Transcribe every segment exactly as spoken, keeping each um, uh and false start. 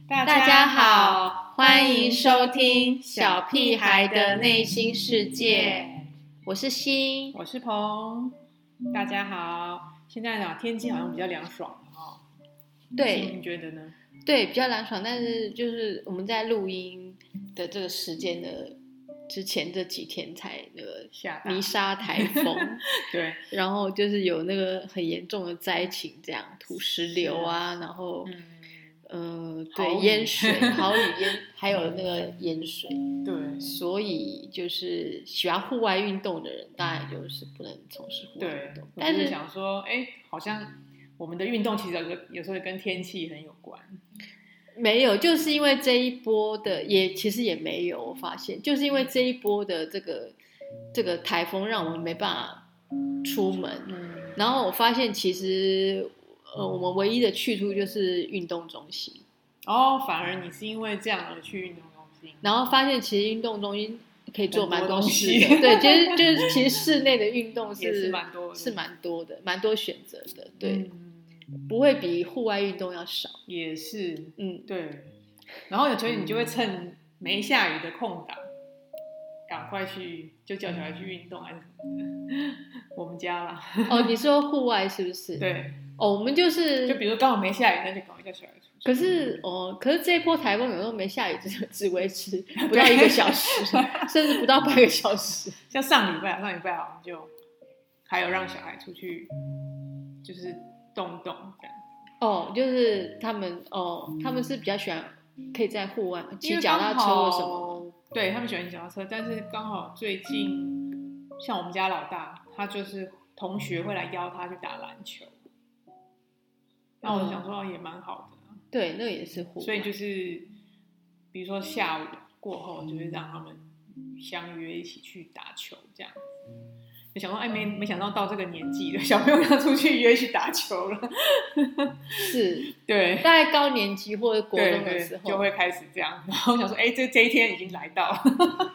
大家好，欢迎收听小屁孩的内心世界。我是欣， 我是彭。大家好，现在呢天气好像比较凉爽哦。 对， 你觉得呢？ 对，比较凉爽，但是就是我们在录音的这个时间的之前这几天才那个下大泥沙台风， 对， 然后就是有那个很严重的灾情，这样土石流啊，然后嗯。 嗯、呃，对， 豪雨淹水、豪雨淹，还有那个淹水， 对， 所以就是喜欢户外运动的人，当然就是不能从事户外运动。但是想说，哎，好像我们的运动其实有有时候跟天气很有关。 没有，就是因为这一波的，也其实也没有，我发现就是因为这一波的这个这个台风，让我们没办法出门。 嗯， 然后我发现其实。呃，我们唯一的去处就是运动中心。 哦，反而你是因为这样而去运动中心， 然后发现其实运动中心可以做蛮多事的。对，其实就是其实室内的运动是也是蛮多的， 是蛮多的，蛮多选择的。对， 嗯、 不会比户外运动要少。 也是， 嗯， 对。然后有时候你就会趁没下雨的空档，赶快去就叫小孩去运动还是什么的。我们家啦。 哦，你说户外是不是？ 对。 哦，我们就是就比如刚好没下雨，那就赶快叫小孩出去。 可是哦，可是这一波台风有时候没下雨，只只维持不到一个小时，甚至不到半个小时。 像上礼拜，上礼拜好像就还有让小孩出去，就是动动这样。 哦，就是他们哦，他们是比较喜欢可以在户外骑脚踏车或什么。 对，他们喜欢骑脚踏车，但是刚好最近像我们家老大，他就是同学会来邀他去打篮球。那我就想说也蛮好的、啊， 对，那也是户外， 所以就是比如说下午过后，就会让他们相约一起去打球这样。就想说，哎，没没想到到这个年纪的小朋友要出去约去打球了， 是， 对， 大概高年级或者国中的时候就会开始这样。然后想说，哎，这这一天已经来到了，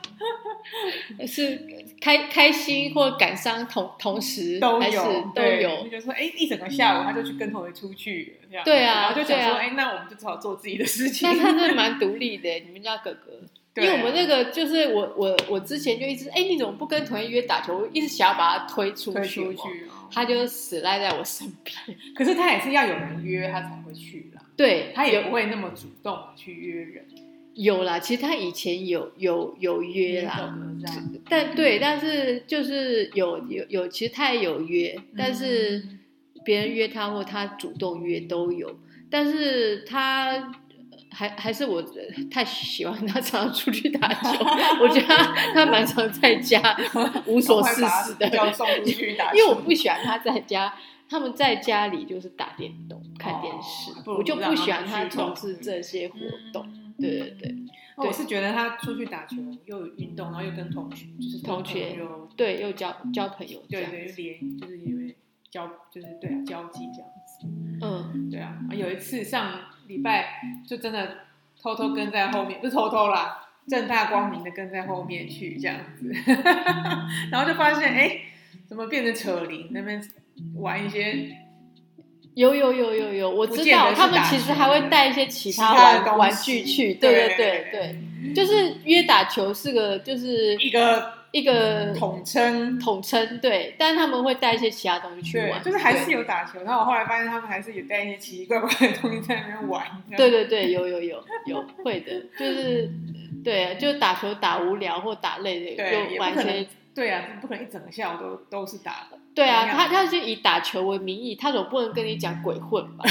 是开开心或感伤同同时都还是有都有。 就说，哎，一整个下午他就去跟同学出去了，这样。 对啊， 然后就想说，哎、 啊， 那我们就只好做自己的事情。 那他真的蛮独立的，你们家哥哥。因为我们那个就是我我我之前就一直哎，你怎么不跟同学约打球？我一直想要把他推出去， 推出去哦、 他就死赖在我身边。 可是他也是要有人约他才会去啦， 对， 他也不会那么主动的去约人。 有啦，其实他以前有有有约啦， 嗯、 但对，但是就是有有有，其实他也有约，但是别人约他或他主动约都有，但是他。还还是我太喜欢他常常出去打球，我觉得他他蛮常在家无所事事的， 要送出去打球， 因为我不喜欢他在家，他们在家里就是打电动、看电视， 哦、 我就不喜欢他从事这些活动。嗯、对对对， 我是觉得他出去打球又有运动，然后又跟同学就是同学又对又交交朋友， 对对连就是因为交就是对啊交际这样子。 嗯， 对啊，有一次上礼拜就真的偷偷跟在后面，不是偷偷啦，正大光明的跟在后面去这样子，然后就发现哎，怎么变成扯铃那边玩一些。 有有有有有，我知道他们其实还会带一些其他玩玩具去，对对对对，就是约打球是个就是一个一个统称统称，对，但是他们会带一些其他东西去玩， 就是还是有打球。然后我后来发现他们还是有带一些奇奇怪怪的东西在那边玩。 对对对，有有有有会的，就是对，就是打球打无聊或打累的，就玩一些。 对啊，不可能一整个下午都都是打的。 对啊，他他是以打球为名义，他总不能跟你讲鬼混吧？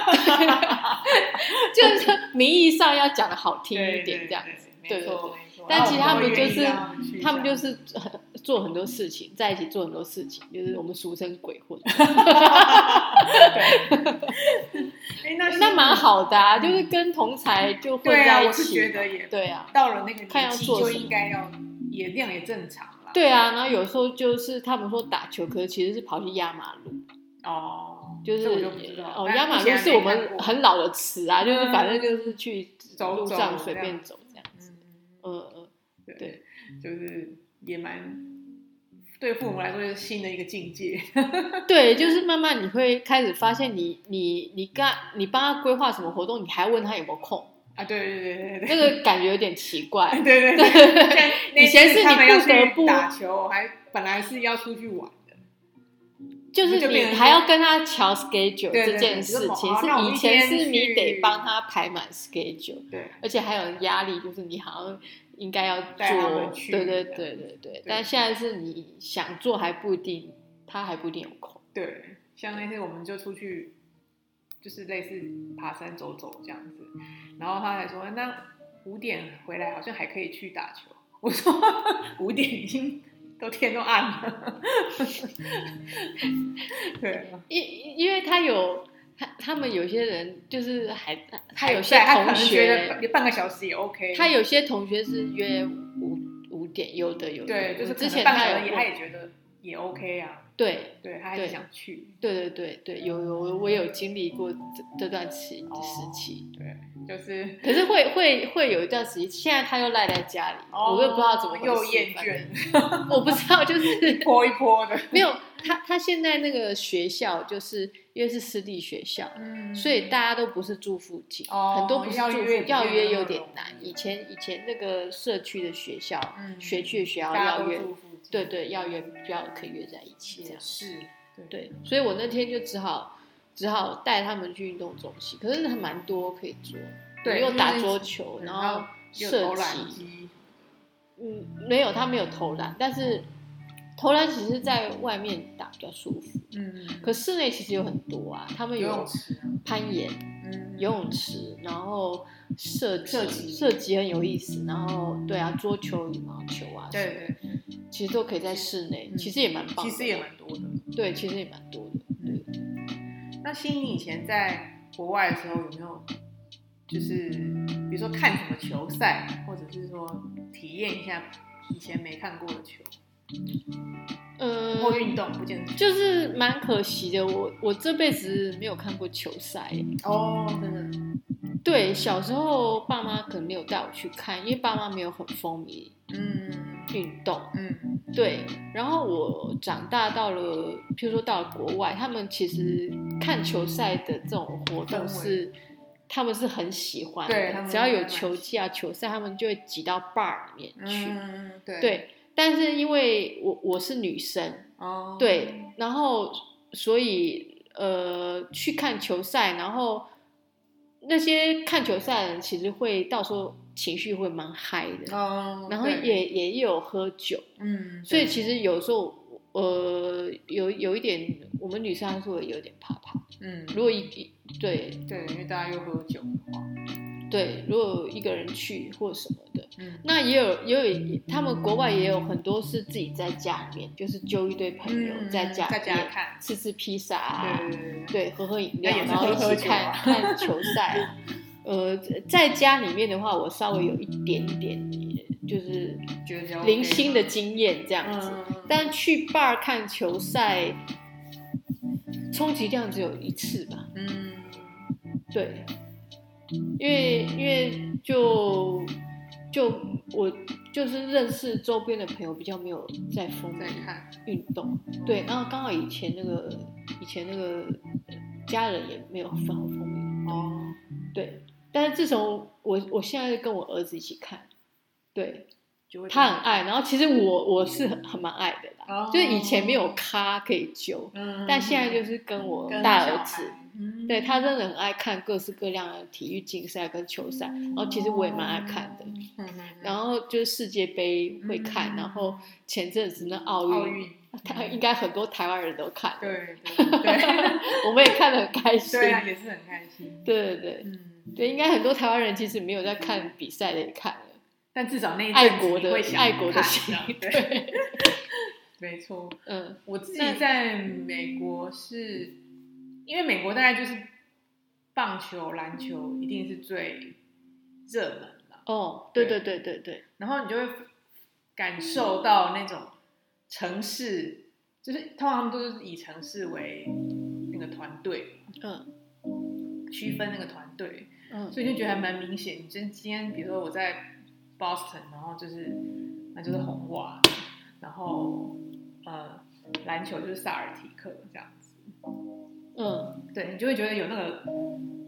就是名义上要讲的好听一点这样子，对对对。但其实他们就是他们就是做很多事情，在一起做很多事情，就是我们俗称鬼混。 对，那那蛮好的啊，就是跟同才就混在一起。 我是觉得也对啊， 到了那个看要做就应该要也这样也正常啦。 对啊，然后有时候就是他们说打球，可是其实是跑去压马路。 哦， 就是哦， 压马路是我们很老的词啊，就是反正就是去路上随便走这样子。嗯嗯，对， 就是也蛮对父母来说是新的一个境界。 对，就是慢慢你会开始发现你，你你你刚你帮他规划什么活动，你还问他有没有空。 啊，对对对对对， 那个感觉有点奇怪。 对对对， 以前是你他们要不得不去打球，还本来是要出去玩的， 就是你还要跟他调 schedule 这件事情，是以前是你得帮他排满 schedule， 对， 而且还有压力，就是你好像应该要做，对对对对对。但现在是你想做还不一定，他还不一定有空。 对，像那天我们就出去。就是类似爬山走走这样子，然后他还说那五点回来好像还可以去打球。我说五点已经都天都暗了。对， 因因为他有他他们有些人就是还他有些同学觉得半个小时也 OK。 他有些同学是约五五点，有的有的。 对，就是之前他也他也觉得也 OK 啊。 对对，他还是想去。 对对对对，有有我有经历过这这段时时期。 哦、对，就是。 可是会会会有一段时期，现在他又赖在家里， 哦、 我又不知道怎么回事， 又厌倦。 我不知道，就是一波一波的。 没有他他现在那个学校，就是因为是私立学校，嗯、所以大家都不是住附近， 哦、 很多不是住附近， 要约有点难。以前以前那个社区的学校，嗯、学区的学校要约，对对，要约比较可以约在一起，这样是。 对，所以我那天就只好只好带他们去运动中心，可是还蛮多可以做， 对， 又打桌球，然后射击，嗯，没有，他没有投篮，但是投篮其实在外面打比较舒服，嗯，可室内其实有很多啊，他们有攀岩，嗯，游泳池，然后射射击， 射击很有意思，然后对啊，桌球、羽毛球啊， 对对。 其实都可以在室内，嗯、其实也蛮棒的， 其实也蛮多的。 对，其实也蛮多的。对。 那欣怡以前在国外的时候有没有，就是比如说看什么球赛，或者是说体验一下以前没看过的球？呃，或运动不见得。 就是蛮可惜的，我我这辈子没有看过球赛。 哦，真的。 对，小时候爸妈可能没有带我去看，因为爸妈没有很风靡嗯运动，嗯对。然后我长大到了，譬如说到了国外，他们其实看球赛的这种活动是，他们是很喜欢的， 对， 只要有球季啊球赛，他们就会挤到 bar 里面去， 嗯对对。但是因为我我是女生，哦，对，然后所以呃去看球赛，然后。那些看球赛的人其实会到时候情绪会蛮嗨的，哦，然后也也有喝酒，嗯，所以其实有时候呃有有一点，我们女生还是会有点怕怕，嗯，如果一对对，因为大家又喝酒的话， 对，如果一个人去或什么的，嗯，那也有也有他们国外也有很多是自己在家里面，就是揪一堆朋友在家在家看， 吃吃披萨啊， 对对对， 对，喝喝饮料，然后一起看看球赛啊。呃，在家里面的话，我稍微有一点点就是零星的经验这样子，但去 bar 看球赛，充其量只有一次吧。嗯，对。因为因为就就我就是认识周边的朋友比较没有在风在看运动，对，然后刚好以前那个以前那个家人也没有很风靡哦，对，但是自从我我现在跟我儿子一起看，对，他很爱，然后其实我我是很很蛮爱的啦，哦、就是以前没有咖可以揪，嗯，但现在就是跟我大儿子。嗯、对他真的很爱看各式各样的体育竞赛跟球赛，然后其实我也蛮爱看的，嗯、然后就是世界杯会看，嗯、然后前阵子那奥运，他应该很多台湾人都看， 对对对， 我们也看得很开心， 对啊，也是很开心， 对对对，嗯、对，应该很多台湾人其实没有在看比赛的也看了， 但至少那一爱国的爱国的心， 对，没错，嗯，我自己在美国是。因为美国大概就是棒球、篮球一定是最热门的哦，对对对对对， 然后你就会感受到那种城市，就是通常都是以城市为那个团队，嗯，区分那个团队，嗯，所以就觉得还蛮明显。你今天比如说我在 Boston， 然后就是那就是红袜，然后呃篮球就是萨尔提克这样子。嗯，对，你就会觉得有那个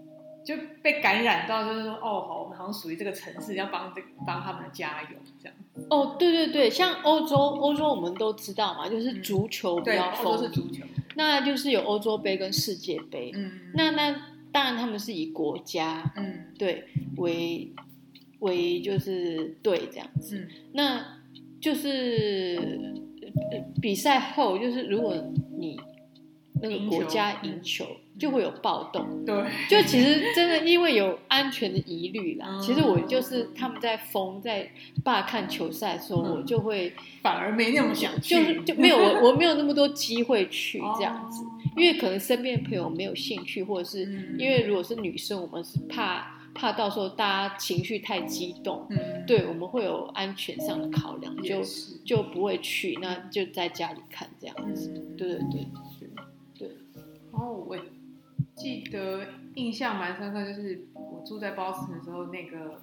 就被感染到，就是说哦，好，我们好像属于这个城市，要帮这个帮他们加油这样。 哦，对对对，像欧洲，欧洲我们都知道嘛，就是足球比较疯，对，欧洲是足球， 那就是有欧洲杯跟世界杯。 嗯， 那那当然他们是以国家， 嗯， 对为为就是队这样子。嗯，那就是比赛后，就是如果你那个国家赢球，就会有暴动。 对， 就其实真的因为有安全的疑虑啦。嗯、其实我就是他们在疯在罢看球赛的时候，嗯、我就会反而没那么想去， 就是就没有我我没有那么多机会去这样子，哦、因为可能身边的朋友没有兴趣，或者是因为如果是女生，我们是怕怕到时候大家情绪太激动，嗯、对，我们会有安全上的考量，就就不会去，那就在家里看这样子。嗯、对对对。 哦，我记得印象蛮深刻，就是我住在 Boston 的时候，那个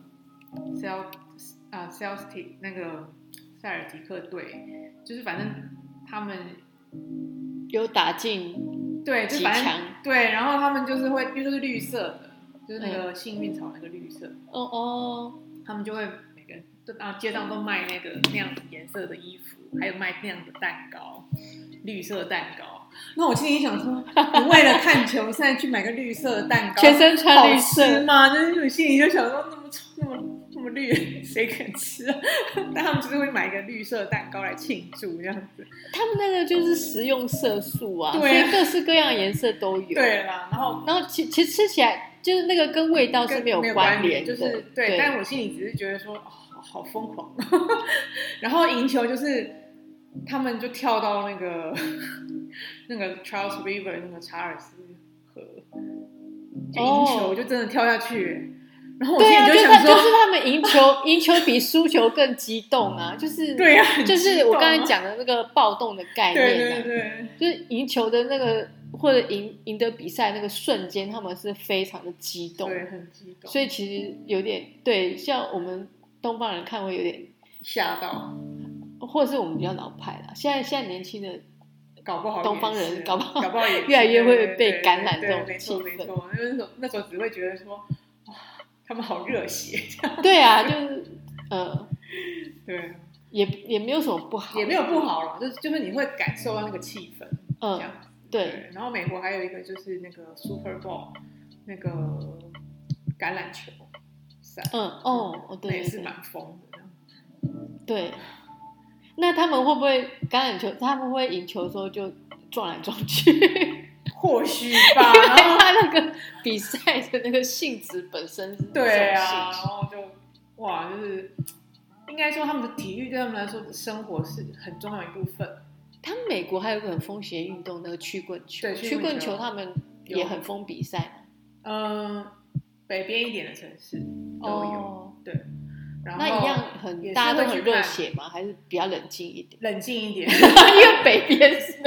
Cel 啊 Celtic 那个塞尔提克队，就是反正他们有打进对，就反正对，然后他们就是会，因为就是绿色的，就是那个幸运草那个绿色， 哦哦， 他们就会每个人都啊街上都卖那个那样子颜色的衣服，还有卖那样的蛋糕，绿色蛋糕。那我心里想说，你为了看球赛去买个绿色的蛋糕， 全身穿绿色好吃吗？就是我心里就想说，那么那么那么绿，谁肯吃啊？但他们就是会买一个绿色的蛋糕来庆祝这样子。 他们那个就是食用色素啊，对啊，所以各式各样的颜色都有。 对啦，然后然后其其实吃起来就是那个跟味道是没有关联的，就是对。对，但我心里只是觉得说，哦、好疯狂。然后赢球就是他们就跳到那个。那个 Charles River 那个查尔斯河，就赢球就真的跳下去，哦、然后我心里就想说， 对啊、就是他们赢球，赢球比输球更激动啊！就是对啊， 就是我刚才讲的那个暴动的概念、 啊，对对对， 就是赢球的那个或者赢赢得比赛那个瞬间，他们是非常的激动， 对，很激动， 所以其实有点对，像我们东方人看会有点吓到， 或者是我们比较老派啦。现在现在年轻的。 搞不好东方人搞不好搞不好也越来越会被感染这种气氛， 没错，因为那时候那时候只会觉得说，哇，他们好热血。 对啊，就是呃， 对， 也也没有什么不好， 也没有不好了，就是就是你会感受到那个气氛，嗯，这样对。 对，然后美国还有一个就是那个 Super Bowl 那个橄榄球赛， 嗯哦哦对， 也是蛮疯的， 对。那他们会不会橄榄球？他们会赢球的时候就撞来撞去？ 或许吧。 然后他那个比赛的那个性质本身是对啊，然后就哇，就是应该说他们的体育对他们来说，生活是很重要一部分。 他们美国还有一个很风行的运动，那个曲棍球。 对， 曲棍球他们也很疯比赛。 嗯，北边一点的城市都有， 哦、 对。 那一样很大家都很热血吗？还是比较冷静一点？ 冷静一点， 因为北边是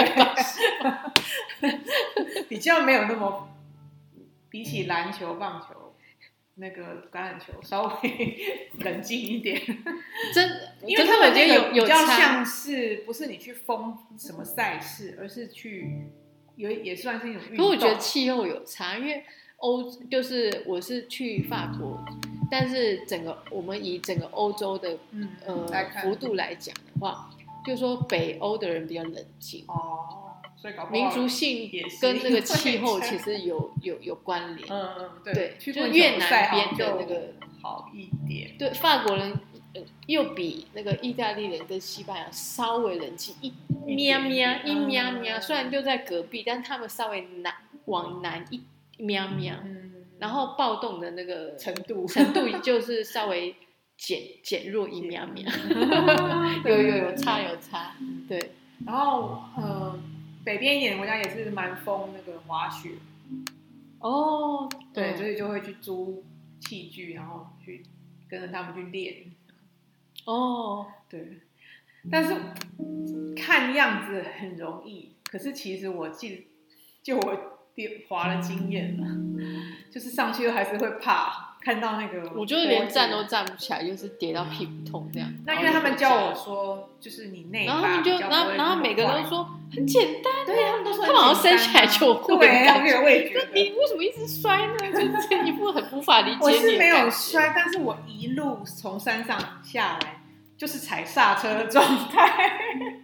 比较没有那么，比起篮球、棒球、那个橄榄球稍微冷静一点。 真， 因为他们这个比较像是不是你去封什么赛事，而是去有也算是一种运动。 可我觉得气候有差，因为欧就是我是去法国。但是整个我们以整个欧洲的、嗯、呃幅度来讲的话，就是说北欧的人比较冷静哦，所以搞不好民族性跟那个气候其实有有有关联。 嗯嗯，对， 对就越南边的那个好一点。 对，法国人、呃、又比那个意大利人跟西班牙稍微冷静一喵喵一喵喵，虽然就在隔壁，但他们稍微南往南一喵喵。嗯，然后暴动的那个程度程度就是稍微减减弱一秒秒，有有有差有差，对。 然后呃，北边一点的国家也是蛮疯那个滑雪， 哦， 对，所以就会去租器具，然后去跟着他们去练。 哦， 对。但是看样子很容易，可是其实我记，就我滑的经验了，就是上去还是会怕， 看到那个， 我就是连站都站不起来，就是跌到屁股痛这样。 那因为他们教我说，就是你内然后他们就，然后然后每个人都说很简单， 对他们都说他们好像生下来就会对， 感觉。 我也觉得你为什么一直摔呢？就是一副很无法理解你的感觉。 我是没有摔，但是我一路从山上下来就是踩刹车的状态。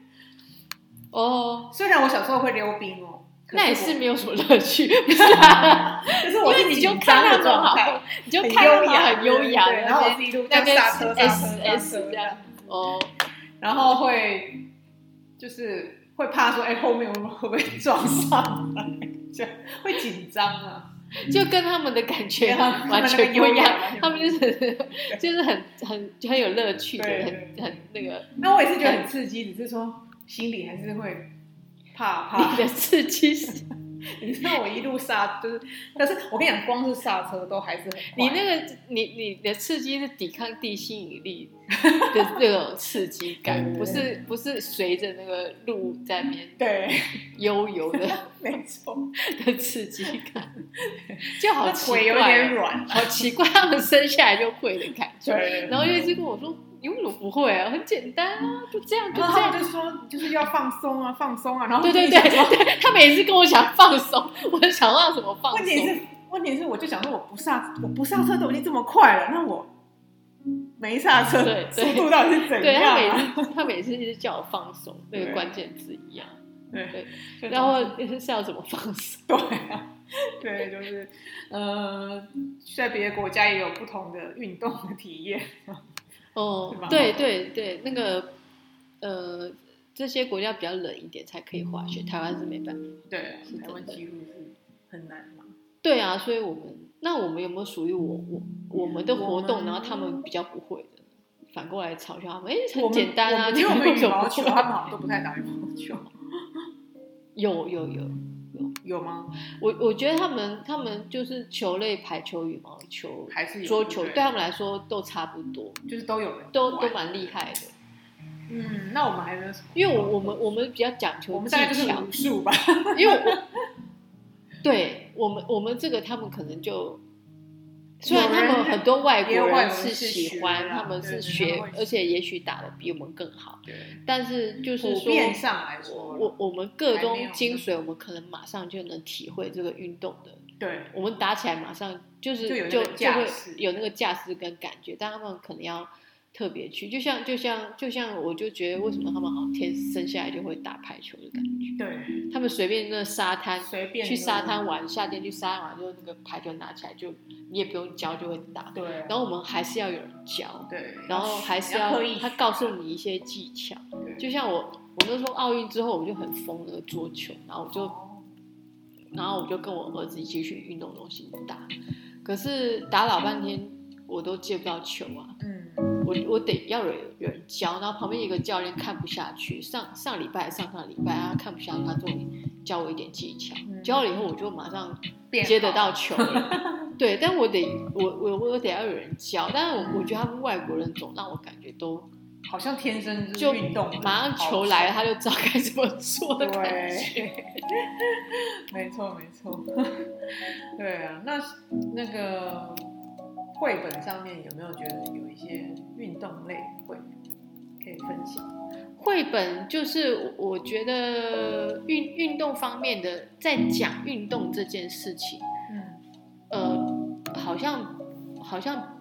哦， 虽然我小时候会溜冰哦。 那也是没有什么乐趣，不是啊？ 就是我是紧张的状态，你就看他们很优雅的， 然后我是一路那边刹车、刹车、 S S 这样哦， 然后会就是会怕说，哎，后面我们会不会撞上来？就会紧张啊， 就跟他们的感觉完全不一样，他们就是就是很很很有乐趣的，很很那个。 那我也是觉得很刺激，只是说心里还是会。怕怕你的刺激是， 你知道我一路刹，就是，但是我跟你讲，光是刹车都还是很快。 你那个，你你的刺激是抵抗地心引力的那种刺激感，不是不是随着那个路在那边对悠游的， 没错的刺激感，就好奇怪， 腿有点软， 好奇怪，他们生下来就会的感觉。 对， 然后又一直跟我说。你为什么不会啊？很简单啊，就这样，就这样。 就说就是要放松啊，放松啊。然后对对对对，他每次跟我讲放松，我想到什么放松。 问题是问题是，我就想说我不刹我不刹车都已经这么快了，那我没刹车， 对速度到底是怎样？ 对他每次他每次一直叫我放松，那个关键字一样。对对，然后是要怎么放松？ 对啊，对，就是呃，在别的国家也有不同的运动的体验。 哦，对对对，那个呃，这些国家比较冷一点才可以滑雪，台湾是没办法。 对，台湾几乎是很难嘛。 对啊，所以我们那我们有没有属于我我我们的活动，然后他们比较不会的，反过来嘲笑他们？哎，很简单啊， 因为我们羽毛球，他们好像都不太打羽毛球。 有有有。 有有吗？ 我我觉得他们他们就是球类，排球、羽毛球、 还是桌球，对他们来说都差不多， 就是都有， 都都蛮厉害的。 嗯，那我们还有什么？ 因为我我们我们比较讲求技巧， 我们大概就是武术吧。 因为我对我们我们这个他们可能就。虽然他们很多外国人是喜欢，他们是学，而且也许打得比我们更好，但是就是说， 普遍上来说， 我我们个中精髓，我们可能马上就能体会这个运动的。 对， 我们打起来马上就是就就就会有那个架势跟感觉，但他们可能要特别去，就像就像就像我就觉得为什么他们好像天生下来就会打排球的感觉。 对， 他们随便那沙滩， 随便去沙滩玩，夏天去沙滩玩，就那个排球拿起来就你也不用教就会打。 对， 然后我们还是要有人教， 对， 然后还是要他告诉你一些技巧。就像我我那时候奥运之后，我就很疯那个桌球，然后我就。然后我就跟我儿子一起去运动中心打，可是打老半天我都接不到球啊。嗯，我我得要有有人教，然后旁边一个教练看不下去，上上礼拜上上礼拜他看不下去，他终于教我一点技巧，嗯、教了以后我就马上接得到球了。对，但我得我我我得要有人教，但是我我觉得他们外国人总让我感觉都。 好像天生就运动， 马上球来了他就知道该怎么做的感觉。 没错没错，对啊，那那个绘本上面有没有觉得有一些运动类绘本可以分享？ 绘本就是我觉得运运动方面的，在讲运动这件事情，嗯，呃，好像好像。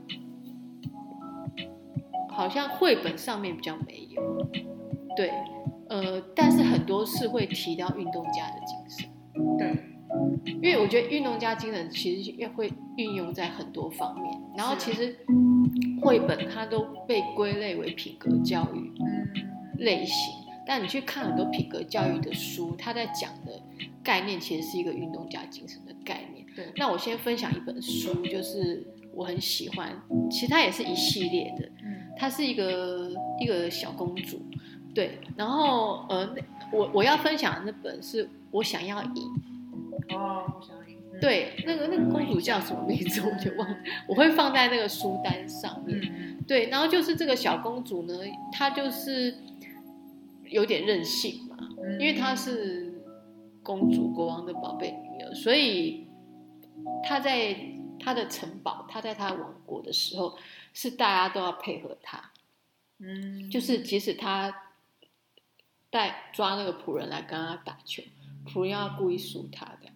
好像绘本上面比较没有，对，呃，但是很多是会提到运动家的精神， 对， 因为我觉得运动家精神其实也会运用在很多方面，然后其实绘本它都被归类为品格教育类型，但你去看很多品格教育的书，它在讲的概念其实是一个运动家精神的概念。 对， 那我先分享一本书，就是我很喜欢，其实它也是一系列的。她是一个一个小公主，对，然后呃，我我要分享的那本是我想要赢， 哦，我想要赢， 对，那个那个公主叫什么名字我就忘了，我会放在那个书单上面，嗯、对，然后就是这个小公主呢，她就是有点任性嘛，因为她是公主国王的宝贝女儿，所以她在他的城堡，他在他王国的时候，是大家都要配合他， 嗯， 就是即使他带抓那个仆人来跟他打球，仆人要故意输他的。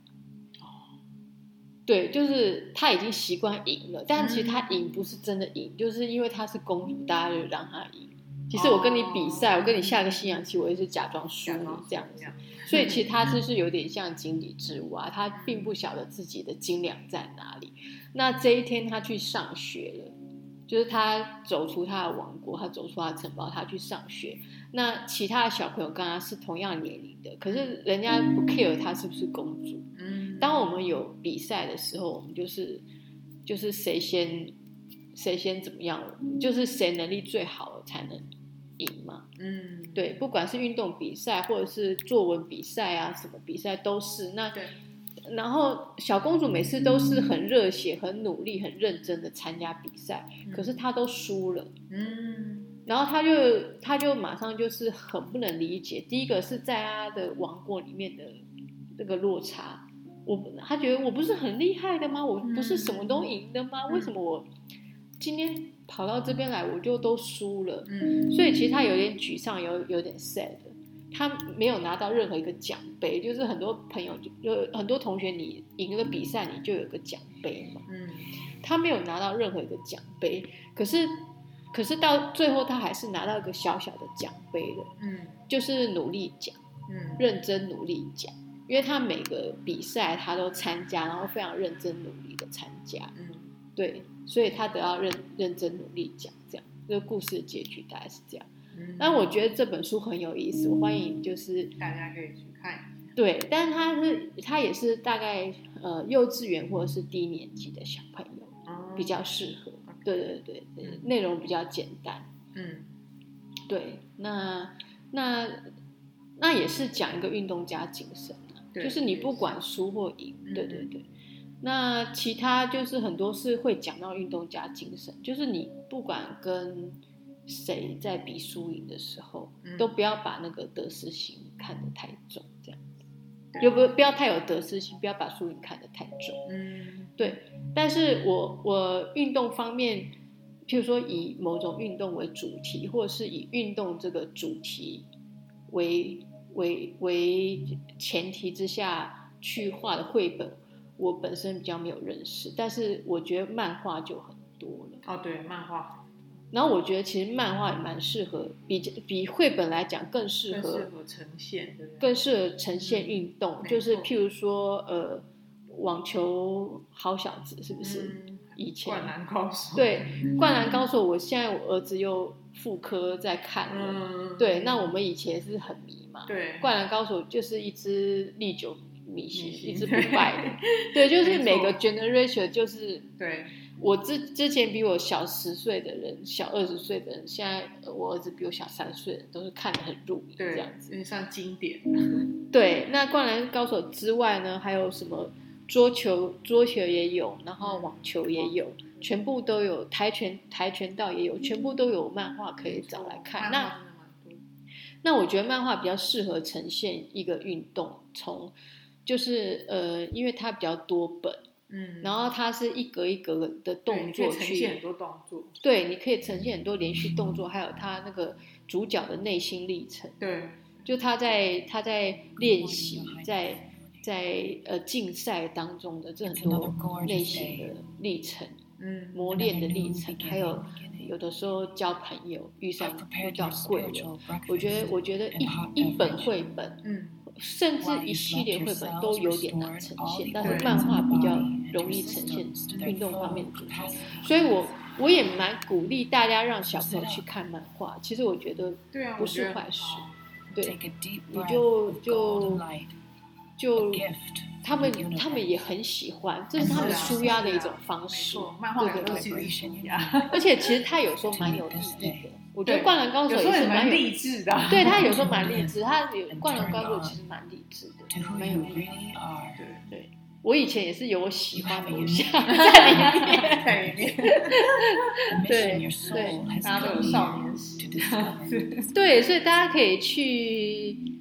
对，就是他已经习惯赢了，但其实他赢不是真的赢，就是因为他是公主，大家就让他赢。其实我跟你比赛，我跟你下个西洋棋，我也是假装输你这样子。所以其实他就是有点像井底之蛙啊，他并不晓得自己的斤两在哪里。那这一天他去上学了，就是他走出他的王国，他走出他的城堡，他去上学。那其他的小朋友跟他是同样年龄的，可是人家不 care 他是不是公主。 嗯， 当我们有比赛的时候，我们就是就是谁先谁先怎么样，就是谁能力最好了才能赢嘛。 嗯， 对，不管是运动比赛或者是作文比赛啊，什么比赛都是。那对， 然后小公主每次都是很热血、很努力、很认真的参加比赛， 嗯、 可是她都输了。 嗯， 然后她就她就马上就是很不能理解。第一个是在她的王国里面的这个落差。我他觉得我不是很厉害的吗？我不是什么都赢的吗？ 嗯、 为什么我今天跑到这边来我就都输了？ 嗯， 所以其实他有点沮丧，有有点 sad， 他没有拿到任何一个奖杯。就是很多朋友有很多同学，你赢了比赛你就有个奖杯嘛， 嗯， 他没有拿到任何一个奖杯，可是可是到最后他还是拿到一个小小的奖杯了， 嗯， 就是努力奖， 嗯， 认真努力奖。因为他每个比赛他都参加，然后非常认真努力的参加， 嗯， 对，所以他得到认认真努力奖，这样，这个故事的结局大概是这样。 嗯， 但我觉得这本书很有意思，我欢迎就是大家可以去看。 对，但是他是他也是大概呃幼稚园或者是低年级的小朋友、嗯、比较适合，对对对对，嗯、内容比较简单， 嗯， 对，那那那也是讲一个运动家精神。就是你不管输或赢，对对对。那其他就是很多是会讲到运动家精神，就是你不管跟谁在比输赢的时候，嗯、都不要把那个得失心看得太重，这样子，就不不要太有得失心，不要把输赢看得太重。嗯，对。但是我我运动方面，譬如说以某种运动为主题，或者是以运动这个主题为。为为前提之下去画的绘本，我本身比较没有认识，但是我觉得漫画就很多了。 哦，对，漫画。 然后我觉得其实漫画也蛮适合，比比绘本来讲更适合， 更适合呈现，对不对？ 更适合呈现运动，嗯、就是譬如说呃，网球好小子是不是？嗯、以前灌篮高手。 对，灌篮高手，我现在我儿子又复刻在看了。嗯、对，那我们以前是很迷。 对， 灌篮高手就是一支历久弥新，一支不败的。对，就是每个 generation 就是对。 我之之前比我小十岁的人，小二十岁的人，现在我儿子比我小三岁的人，都是看得很入迷这样子， 有点像经典。 对，那灌篮高手之外呢，还有什么桌球？桌球也有，然后网球也有，嗯、全部都有。跆拳跆拳道也有，全部都有漫画可以找来看。那那我觉得漫画比较适合呈现一个运动，从就是呃，因为它比较多本，嗯，然后它是一格一格的动作去呈现很多动作， 对，你可以呈现很多连续动作，还有它那个主角的内心历程， 对， 就他在他在练习，在在呃竞赛当中的这很多内心的历程，嗯，磨练的历程，还有。有的时候交朋友遇上遇到贵人，我觉得我觉得一一本绘本，嗯，甚至一系列绘本都有点难呈现，但是漫画比较容易呈现运动方面的主题，所以我我也蛮鼓励大家让小朋友去看漫画，其实我觉得不是坏事，对，你就就就他们他们也很喜欢，这是他们舒压的一种方式。 漫画有时候其实舒压， 而且其实他有时候蛮有意义的。我觉得《灌篮高手》 也是蛮励志的， 对他有时候蛮励志，他有《灌篮高手》其实蛮励志的，蛮有意义。对对，我以前也是有我喜欢的偶像在里面， 在里面。 对对， 大家都有少年时。 对，所以大家可以去。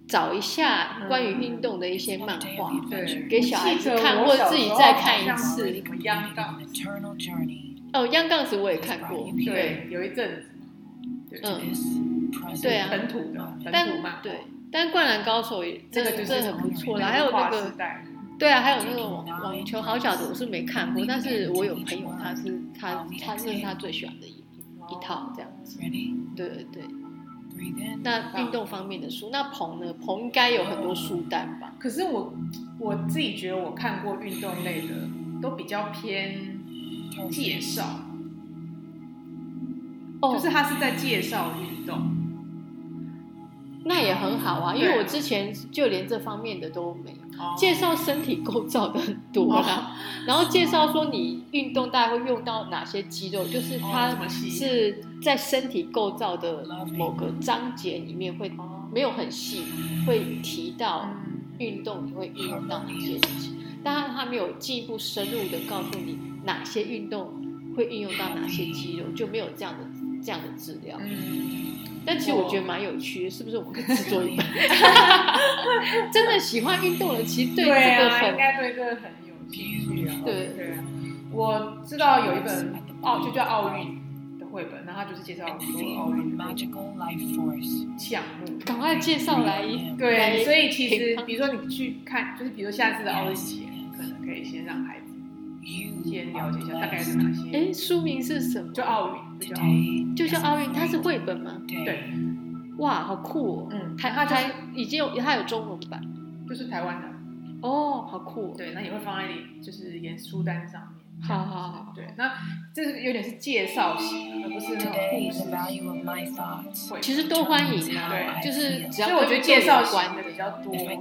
找一下关于运动的一些漫画， 嗯、对， 给小孩子看，或者自己再看一次。 什么央杠？ 哦，央杠子我也看过， 对，有一阵子，对嗯，对啊， 本土的，本土漫画， 对，但灌篮高手也这个就是很不错啦，还有那个，对啊，还有那个网网球好小子，我是没看过，但是我有朋友他是他他这是他最喜欢的一一套这样子，对对对。那运动方面的书，那彭呢？彭应该有很多书单吧？ 可是我我自己觉得我看过运动类的，都比较偏介绍，哦、就是他是在介绍运动， 那也很好啊，因为我之前就连这方面的都没有，哦、介绍身体构造的很多啦，哦、然后介绍说你运动大概会用到哪些肌肉，就是它是在身体构造的某个章节里面会没有很细，会提到运动你会运用到哪些东西，当然它没有进一步深入的告诉你哪些运动会运用到哪些肌肉，就没有这样的这样的资料。嗯，但其实我觉得蛮有趣的，是不是？我们可以制作一本，真的喜欢运动的，其实对这个很、 啊、应该对这个很有兴趣啊。 对对啊，我知道有一本奥就叫奥运的绘本，然后它就是介绍很多奥运的项目。 赶快介绍来。 对，所以其实比如说你去看，就是比如说下次的奥运前，可能可以先让孩子先了解一下大概是哪些。 哎，书名是什么？ 就奥运，就叫奥运， 就叫奥运。它是绘本吗？ 对。 哇，好酷哦！ 嗯， 台它台已经有它有中文版， 就是台湾的。 哦，好酷哦！ 对，那也会放在你就是演书单上面。 好好好， 对，那这是有点是介绍型，而不是那种故事。 其实都欢迎啊， 对， 就是只要所以我觉得介绍型的比较多。 那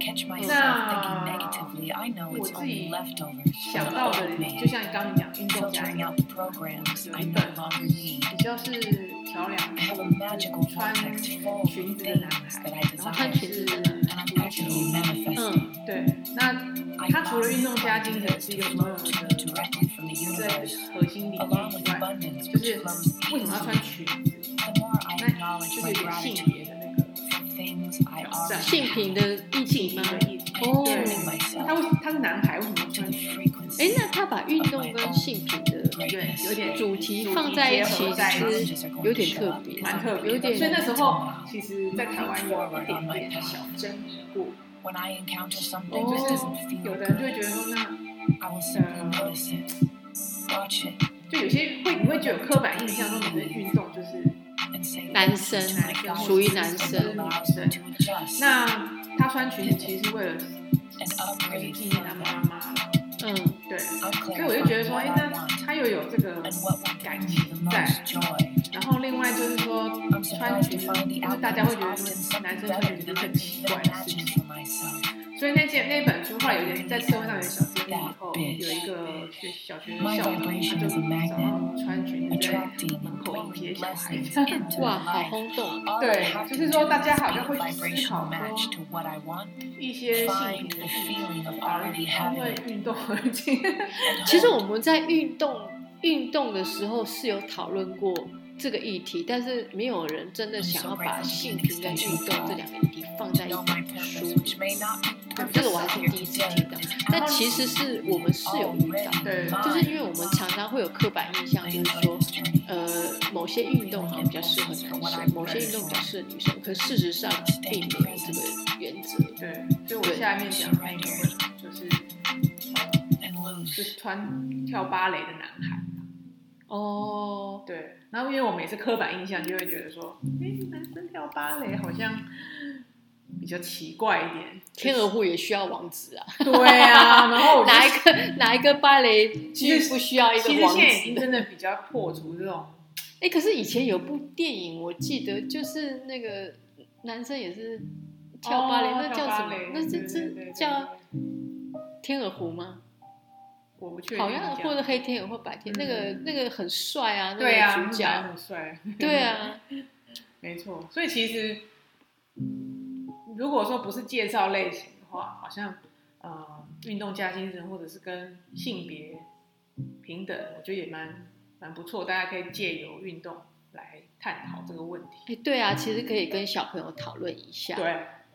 我自己想到的，就像刚刚你讲运动家有一本比较是桥梁，穿裙子的男孩，然后穿裙子的足球。嗯，对，那他除了运动家精神是一个什么样的？在核心理念以外，就是为什么要穿裙子？那就是有点性别的那个挑战， 性平的议题吗？ 哦，对，他为他是男孩，为什么要穿裙子？ 哎，那他把运动跟性平的对有点主题放在一起，其实有点特别， 蛮特别，有点。所以那时候其实，在台湾有一点点小争议过。哦，就是有的人就会觉得说，那呃。就有些会，你会觉得有刻板印象，说你的运动就是男生，属于男生。 对，那他穿裙子其实是为了就是纪念他妈妈。嗯，对。所以我就觉得说，哎，那他又有这个感情在。然后另外就是说，穿裙子，就是大家会觉得说男生穿裙子是很奇怪的事情。所以那件那本书后来有点在社会上有点小争议，以后有一个学小学的校长，他就早上穿裙子在门口迎接小孩子， 哇，好轰动！ 对，就是说大家好像会去思考说一些性别的议题，因为运动而进。 其实我们在运动运动的时候是有讨论过这个议题，但是没有人真的想要把性平跟运动这两个议题放在一本书里。这个我还是第一次听到，但其实是我们是有遇到， 对， 就是因为我们常常会有刻板印象，就是说，呃，某些运动好像比较适合男生，某些运动比较适合女生，可事实上并没有这个原则。 对，所以我下面讲的那个就是呃，就是穿跳芭蕾的男孩。 哦， 对，然后因为我们也是刻板印象，就会觉得说，哎，男生跳芭蕾好像比较奇怪一点。 天鹅湖也需要王子啊。 对啊，然后哪一个哪一个芭蕾剧不需要一个王子？ 其实现在已经真的比较破除这种。 哎，可是以前有部电影，我记得就是那个男生也是跳芭蕾， 哦、 那叫什么？那是这叫天鹅湖吗？ 我不确定， 好像或者黑天鹅或白天，嗯、那个那个很帅啊，那个主角、 啊、很帅， 对啊， 没错。所以其实如果说不是介绍类型的话，好像呃运动加精神或者是跟性别平等，我觉得也蛮蛮不错，大家可以借由运动来探讨这个问题。 哎，对啊，其实可以跟小朋友讨论一下。 对。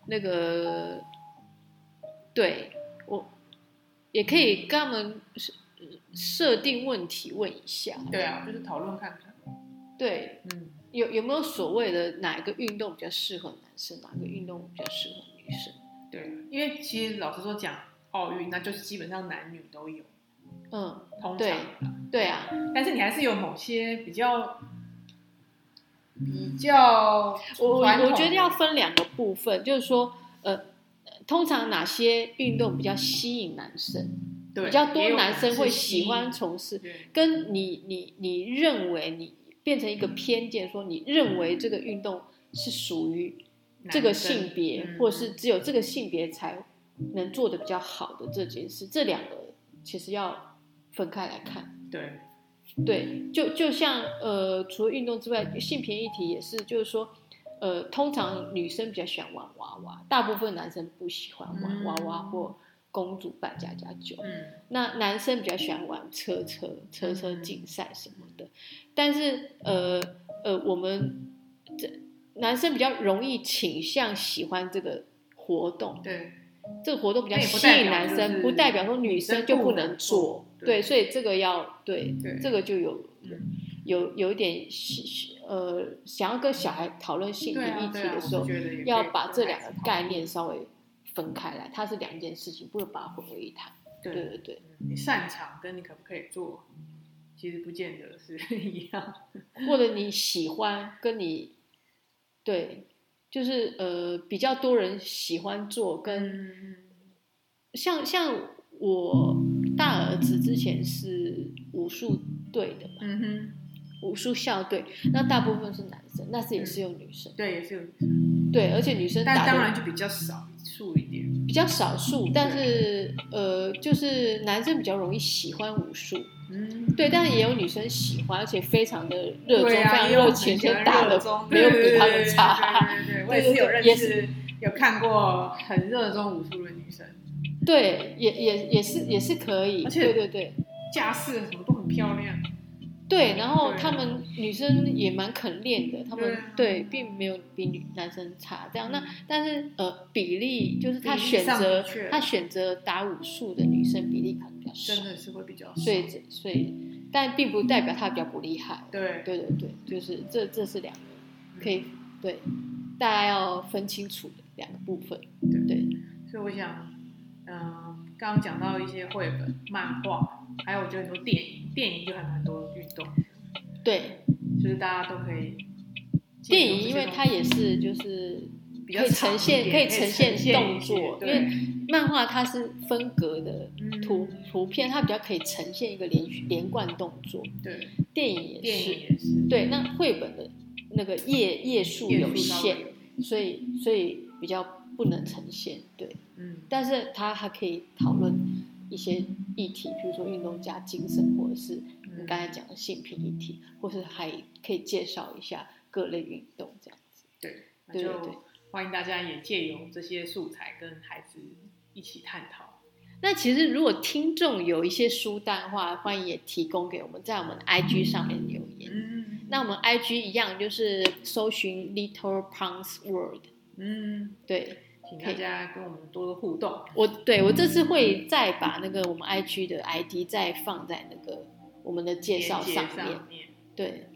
那个，对我也可以跟他们设定问题问一下。 对啊，就是讨论看看。 对，嗯，有有没有所谓的哪一个运动比较适合男生，哪个运动比较适合女生？ 对，因为其实老实说讲奥运，那就是基本上男女都有。 嗯， 通常对对啊， 但是你还是有某些比较比较我我觉得要分两个部分，就是说，呃，通常哪些运动比较吸引男生， 对， 比较多男生会喜欢从事，跟你你你认为你变成一个偏见，说你认为这个运动是属于这个性别，嗯、或是只有这个性别才能做的比较好的这件事，这两个其实要分开来看。 对， 对，就就像呃，除了运动之外，性别议题也是，就是说，呃，通常女生比较喜欢玩娃娃，大部分男生不喜欢玩娃娃或公主扮家家酒。嗯，那男生比较喜欢玩车车、车车竞赛什么的，但是呃呃，我们这男生比较容易倾向喜欢这个活动。 对。 这个活动比较吸引男生，不代表说女生就不能做。对，所以这个要对，这个就有有有一点呃，想要跟小孩讨论性别议题的时候，要把这两个概念稍微分开来，它是两件事情，不能把它混为一谈。对对对， 你擅长跟你可不可以做，其实不见得是一样， 或者你喜欢跟你对。就是呃，比较多人喜欢做跟，嗯、像像我大儿子之前是武术队的嘛，嗯哼，武术校队，那大部分是男生，但是也是有女生， 嗯、对，也是有女生， 对，而且女生打的， 但当然就比较少数一点， 比较少数，但是呃，就是男生比较容易喜欢武术。嗯，对，但是也有女生喜欢，而且非常的热衷， 啊、 非常热情，就打的没有比他们差。 对对对，我也是有认识，有看过很热衷武术的女生。 对，也也也是也是可以， 而且对对对， 架势什么都很漂亮。 对，然后他们女生也蛮肯练的，他们 对,、啊、对并没有比女男生差这样。那但是呃比例就是他选择他选择打武术的女生比例可能比较少， 真的是会比较少。 所以所以但并不代表他比较不厉害。 对对对对，就是这这是两个可以、嗯、对大家要分清楚的两个部分。对对， 所以我想，嗯、呃，刚刚讲到一些绘本、漫画。还有我觉得很多电影，电影就还蛮多运动， 对， 就是大家都可以。 电影因为它也是就是可以呈现，可以呈现动作，因为漫画它是分格的图、嗯、图片，它比较可以呈现一个连续连贯动作。 对， 电影也是， 电影也是。 对，那绘本的那个页页数有限，所以所以比较不能呈现。对，嗯，但是它还可以讨论一些议题，比如说运动家精神，或者是你刚才讲的性平议题，或是还可以介绍一下各类运动这样子。 对，那就欢迎大家也借由这些素材跟孩子一起探讨。 那其实如果听众有一些书单的话，欢迎也提供给我们，在我们的 I G 上面留言。嗯，那我们 I G 一样就是搜寻 Little Prince World。嗯，对。 请大家跟我们多多互动。 我对我这次会再把那个我们 I G 的 I D 再放在那个我们的介绍上面。 上面对。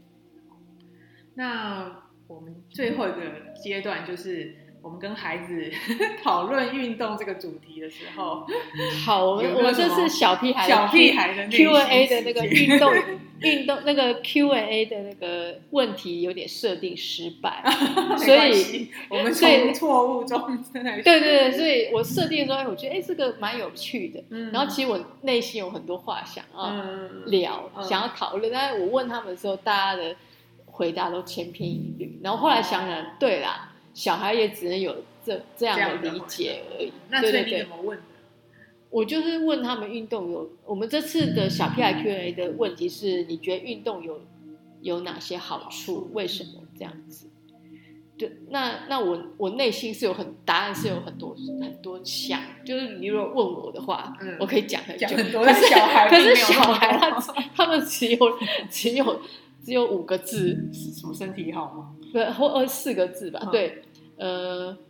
那我们最后一个阶段就是我们跟孩子讨论运动这个主题的时候， 好，我们我们这是小屁孩小屁孩的 Q and A 的那个运动运动那个 Q and A 的那个问题有点设定失败，所以我们从错误中真的对对对，所以我设定的时候，我觉得哎这个蛮有趣的，嗯、然后其实我内心有很多话想要聊，嗯、想要讨论，但是我问他们的时候，大家的回答都千篇一律，然后后来想想，对啦，小孩也只能有这这样的理解而已。 那所以你怎么问的？ 我就是问他们运动有，我们这次的小屁孩 Q and A 的问题是，你觉得运动有有哪些好处？为什么这样子？对，那那我我内心是有很答案是有很多很多项，就是你如果问我的话，嗯、我可以讲很久。 讲很多，可是小孩可是小孩他他们只有只有只有五个字， 什么身体好吗？ 不，或二四个字吧。嗯、对，呃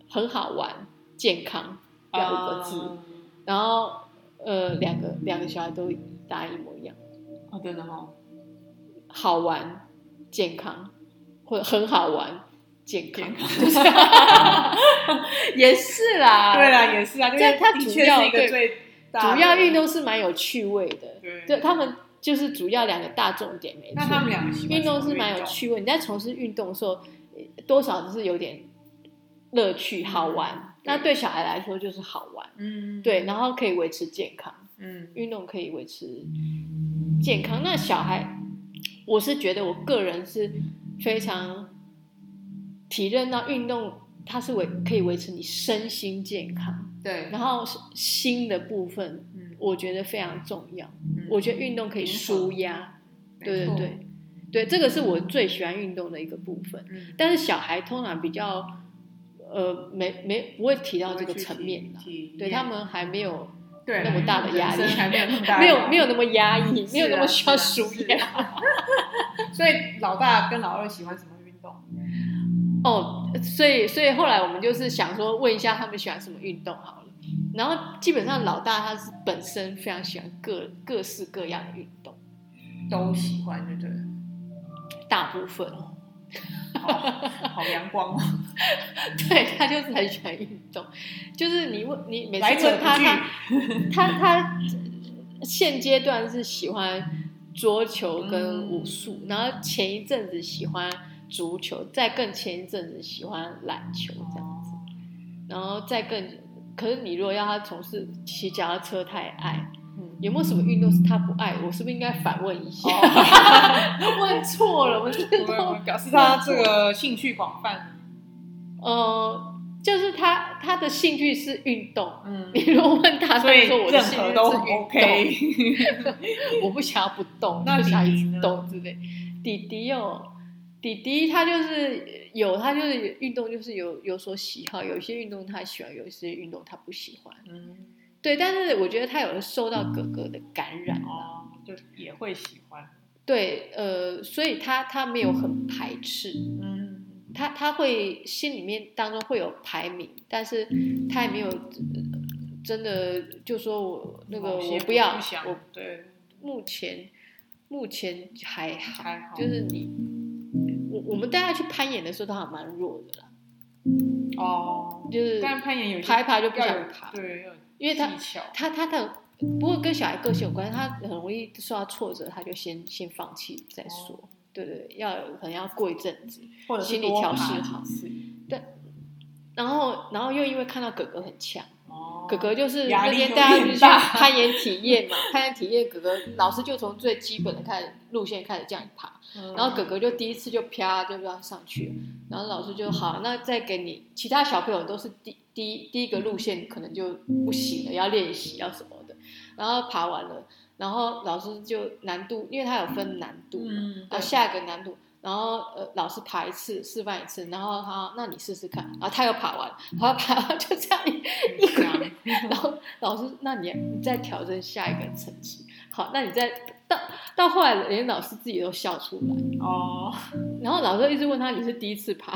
很好玩、健康，要五个字。 呃、 然后呃，两个两个小孩都答案一模一样。 哦，真的哦， 好玩、健康，或者很好玩、健康， 健康就是也是啦。 对啦，也是啊，因为它主要是一个最大的主要运动是蛮有趣味的。 对， 对，他们就是主要两个大重点，没错。 那他们两个喜欢运动是蛮有趣味，你在从事运动的时候，多少是有点乐趣、好玩。嗯、那对小孩来说就是好玩，嗯，对，然后可以维持健康，嗯，运动可以维持健康。那小孩，我是觉得我个人是非常体认到运动，它是维可以维持你身心健康， 对， 然后心的部分，嗯，我觉得非常重要。嗯、我觉得运动可以舒压，对对对，对，这个是我最喜欢运动的一个部分。嗯、但是小孩通常比较，呃，没没不会提到这个层面的，对他们还没有那么大的压力， 还没有那么大， 没有没有那么压抑，没有那么需要舒压。 所以老大跟老二喜欢什么运动？ 哦，所以所以后来我们就是想说问一下他们喜欢什么运动好了。然后基本上老大他是本身非常喜欢各各式各样的运动， 都喜欢，对不对？ 大部分。 好, 好阳光哦。 对，他就是很喜欢运动，就是你问你每次问他他他他现阶段是喜欢桌球跟武术，嗯、然后前一阵子喜欢足球，再更前一阵子喜欢篮球这样子，然后再更，可是你如果要他从事骑脚踏车，他也爱。有没有什么运动是他不爱？我是不是应该反问一下？哦、问错了，我是我表示他这个兴趣广泛。 呃，就是他他的兴趣是运动。嗯，你如果问他，他说我的兴趣是运动。 OK、 我不想要不动，那不想一直动之类。弟弟哦，弟弟他就是有，他就是运动，就是有有所喜好，有一些运动他喜欢，有一些运动他不喜欢。嗯。对，但是我觉得他有受到哥哥的感染哦，就也会喜欢。 对，呃，所以他他没有很排斥，嗯，他他会心里面当中会有排名，但是他也没有、呃、真的就说我那个我不要， 不我对， 目前目前还好， 还好就是你我我们带他去攀岩的时候，他还蛮弱的啦。 哦， 就是但攀岩有爬一爬就不想爬， 对。 因为他他他的不过跟小孩个性有关，他很容易受到挫折，他就先先放弃再说。哦、对对，要可能要过一阵子， 或者心理调试好。对，然后然后又因为看到哥哥很强，哦、哥哥就是那天大家去攀岩体验嘛，攀岩体验哥哥老师就从最基本的开始路线开始这样爬，嗯、然后哥哥就第一次就啪就要上去了，然后老师就好，那再给你其他小朋友都是第。第一第一个路线可能就不行了，要练习要什么的，然后爬完了，然后老师就难度，因为他有分难度嘛，嗯、然后下一个难度，然后呃老师爬一次示范一次，然后他那你试试看，然后他又爬完，他爬完就这样一一回，然后老师那你你再调整下一个层级，好，那你再到到后来连老师自己都笑出来哦，然后老师一直问他你是第一次爬。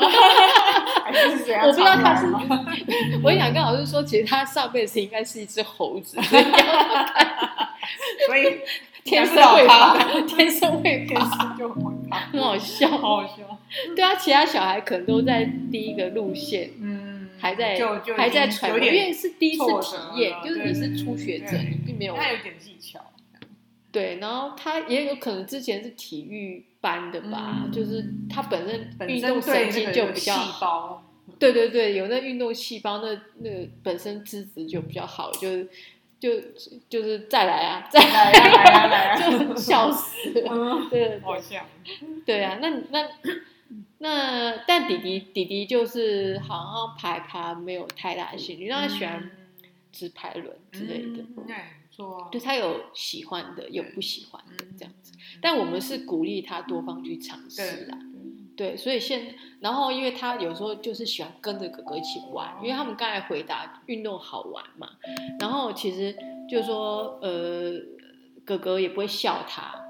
我不知道他是，我也想跟老师说，其实他上辈子应该是一只猴子，所以所以天生会爬，天生会爬，就会爬， 很好笑， 好好笑。 对啊，其他小孩可能都在第一个路线，嗯，还在就就还在揣摩，因为是第一次体验，就是你是初学者，你并没有， 他有点技巧。 对，然后他也有可能之前是体育班的吧，嗯、就是他本身运动神经就比较好， 对对对，有那运动细胞，那那个本身资质就比较好，就就就是再来啊，再来啊，来啊，来啊， 就笑死了，嗯、对， 好像， 对啊，那那那但弟弟弟弟就是好像爬爬没有太大的兴趣，让他喜欢直排轮之类的。 嗯嗯对，他有喜欢的，有不喜欢的这样子，但我们是鼓励他多方去尝试啦。对，所以现然后因为他有时候就是喜欢跟着哥哥一起玩，因为他们刚才回答运动好玩嘛，然后其实就是说呃哥哥也不会笑他，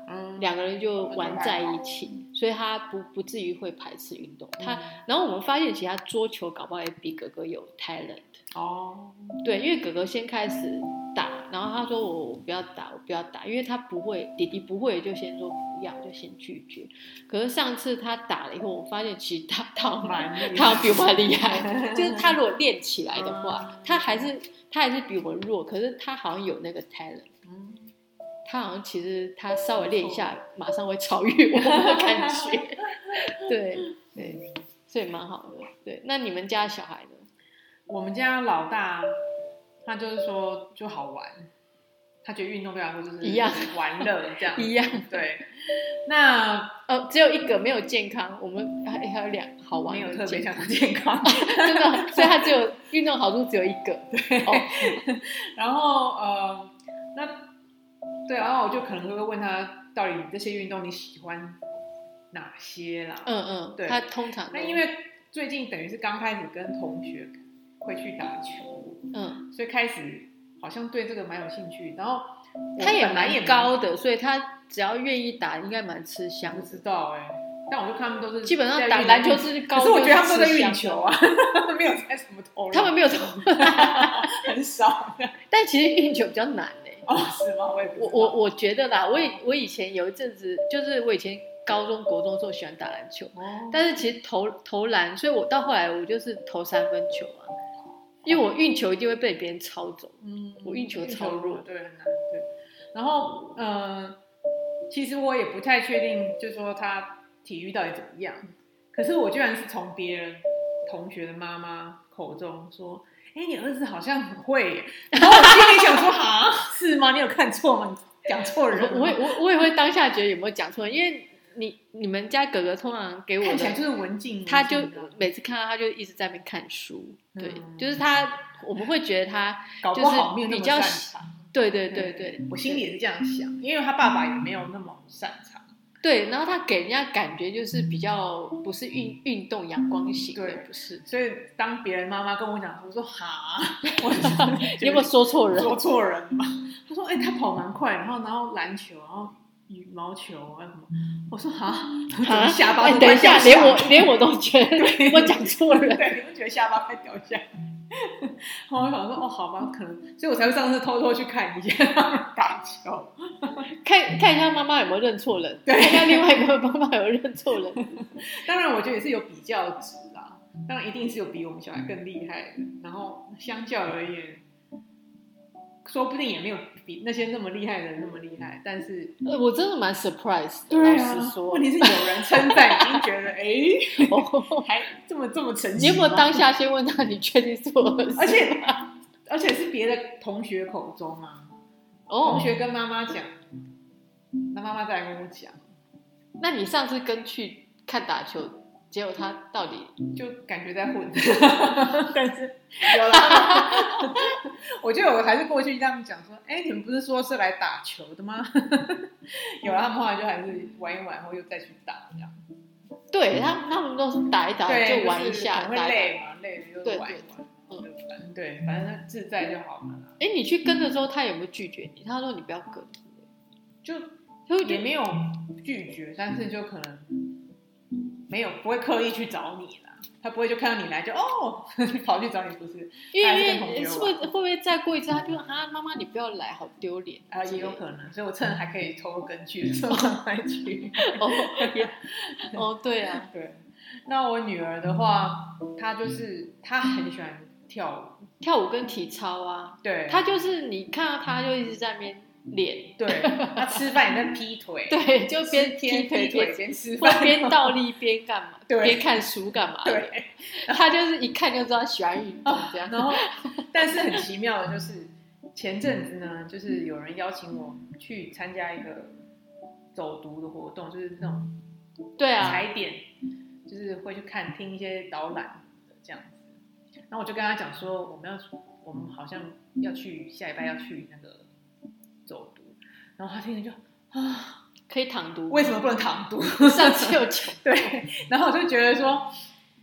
嗯， 两个人就玩在一起，所以他不不至于会排斥运动。他，然后我们发现其实他桌球搞不好也比哥哥有 talent。 哦， 对，因为哥哥先开始打，然后他说我我不要打，我不要打，因为他不会，弟弟不会就先说不要，就先拒绝。可是上次他打了以后，我发现其实他他蛮厉害他比我们厉害，就是他如果练起来的话，他还是他还是比我们弱，可是他好像有那个 talent。 嗯， 他好像其实他稍微练一下，马上会超越我们的感觉。对对，所以蛮好的。对，那你们家小孩呢？ 我们家老大他就是说就好玩，他觉得运动对他来说就是一样玩乐这样一样。 对，那呃，只有一个没有健康，我们还还有两好玩没有的特别想健康， 健康， 真的，所以他只有运动好处只有一个。 对， 哦， 然后呃，那对，然后我就可能会问他，到底这些运动你喜欢哪些啦？ 嗯嗯， 对， 他通常都那因为最近等于是刚开始跟同学会去打球， 嗯， 所以开始好像对这个蛮有兴趣，然后他也本来也蛮高的，所以他只要愿意打，应该蛮吃香不的。 知道哎、欸，但我就看他们都是基本上在运打篮球是高， 可是我觉得他们都在就是吃香运球啊，没有在什么投篮， 他们没有投， 很少。 但其实运球比较难诶、 哦，是吗？我也不知道我我我觉得啦，我以我以前有一阵子，就是我以前高中国中的时候喜欢打篮球， 哦， 但是其实投投篮，所以我到后来我就是投三分球啊，因为我运球一定会被别人抄走， 嗯， 我运球超弱， 对，很难对。然后呃，其实我也不太确定，就是说他体育到底怎么样。可是我居然是从别人同学的妈妈口中说，哎，你儿子好像很会耶。然后我心里想说，哈，是吗？你有看错吗？你讲错人了。 我也我我也会当下觉得有没有讲错，因为你你们家哥哥通常给我的看起来就是文静， 他就文静的每次看到他就一直在那边看书，对， 嗯就是他我们会觉得他搞不就是好没有那么比较擅长。 对对对对， 我心里也是这样想，因为他爸爸也没有那么擅长。 对，然后他给人家感觉就是比较不是运运动阳光型的， 对不是。 所以当别人妈妈跟我讲，我说哈，我你有没有说错人？ 说错人嘛？他说，哎、欸，他跑蛮快，然后然后篮球，然后羽毛球啊什么。我说哈，我怎么下巴哎， 都等一下， 快掉连我连我都觉得我讲错人。 对，我觉得下巴快掉下来。然后我想说，哦，好吧，可能，所以我才会上次偷偷去看一下他们打球， 看看一下妈妈有没有认错人， 对看一下另外一个妈妈有没有认错人。 当然，我觉得也是有比较值啦，当然一定是有比我们小孩更厉害的。然后相较而言，说不定也没有比那些那么厉害的人那么厉害，但是， 呃，我真的蛮 surprise 的， 对老实说。 问题是有人称赞，已经觉得哎， 哦还这么这么诚你实吗。 有没有当下先问他，你确定是我的事吗？ 而且而且是别的同学口中啊， 哦， 同学跟妈妈讲，那妈妈再来跟我讲， 那你上次跟去看打球，结果他到底就感觉在混，但是有了，我觉得我还是过去跟他们讲说，哎，你们不是说是来打球的吗？有了，他们后来就还是玩一玩，然后又再去打这样。 对他他们都是打一打对， 就玩一下， 就是、 打一打会累嘛，累了就对玩一玩。 嗯， 对，反正自在就好了啦。 哎，你去跟的时候，他有没有拒绝你？他说你不要跟， 就就也没有拒绝，但是就可能没有不会刻意去找你啦。他不会就看到你来就哦跑去找你，不是？ 因为因因为是不是会不会再过一次，他就啊妈妈你不要来，好丢脸啊，也有可能，所以我趁还可以偷偷跟去的时候赶快去。 哦，哦，对啊， 对。那我女儿的话，她就是她很喜欢跳舞， 跳舞跟体操啊， 对， 她就是你看到她就一直在那边练， 对，她吃饭也在劈腿， 对，就边劈劈腿腿边吃或饭， 边倒立边干嘛， 对边看书干嘛， 对， 她就是一看就知道喜欢运动这样， 然后，但是很奇妙的就是前阵子呢，就是有人邀请我去参加一个走读的活动，就是那种对啊， 踩点。就是会去看听一些导览的这样子，然后我就跟他讲说，我们要我们好像要去下礼拜要去那个走读，然后他听了就啊， 可以躺读， 为什么不能躺读？ 上次有讲对，然后我就觉得说，哦，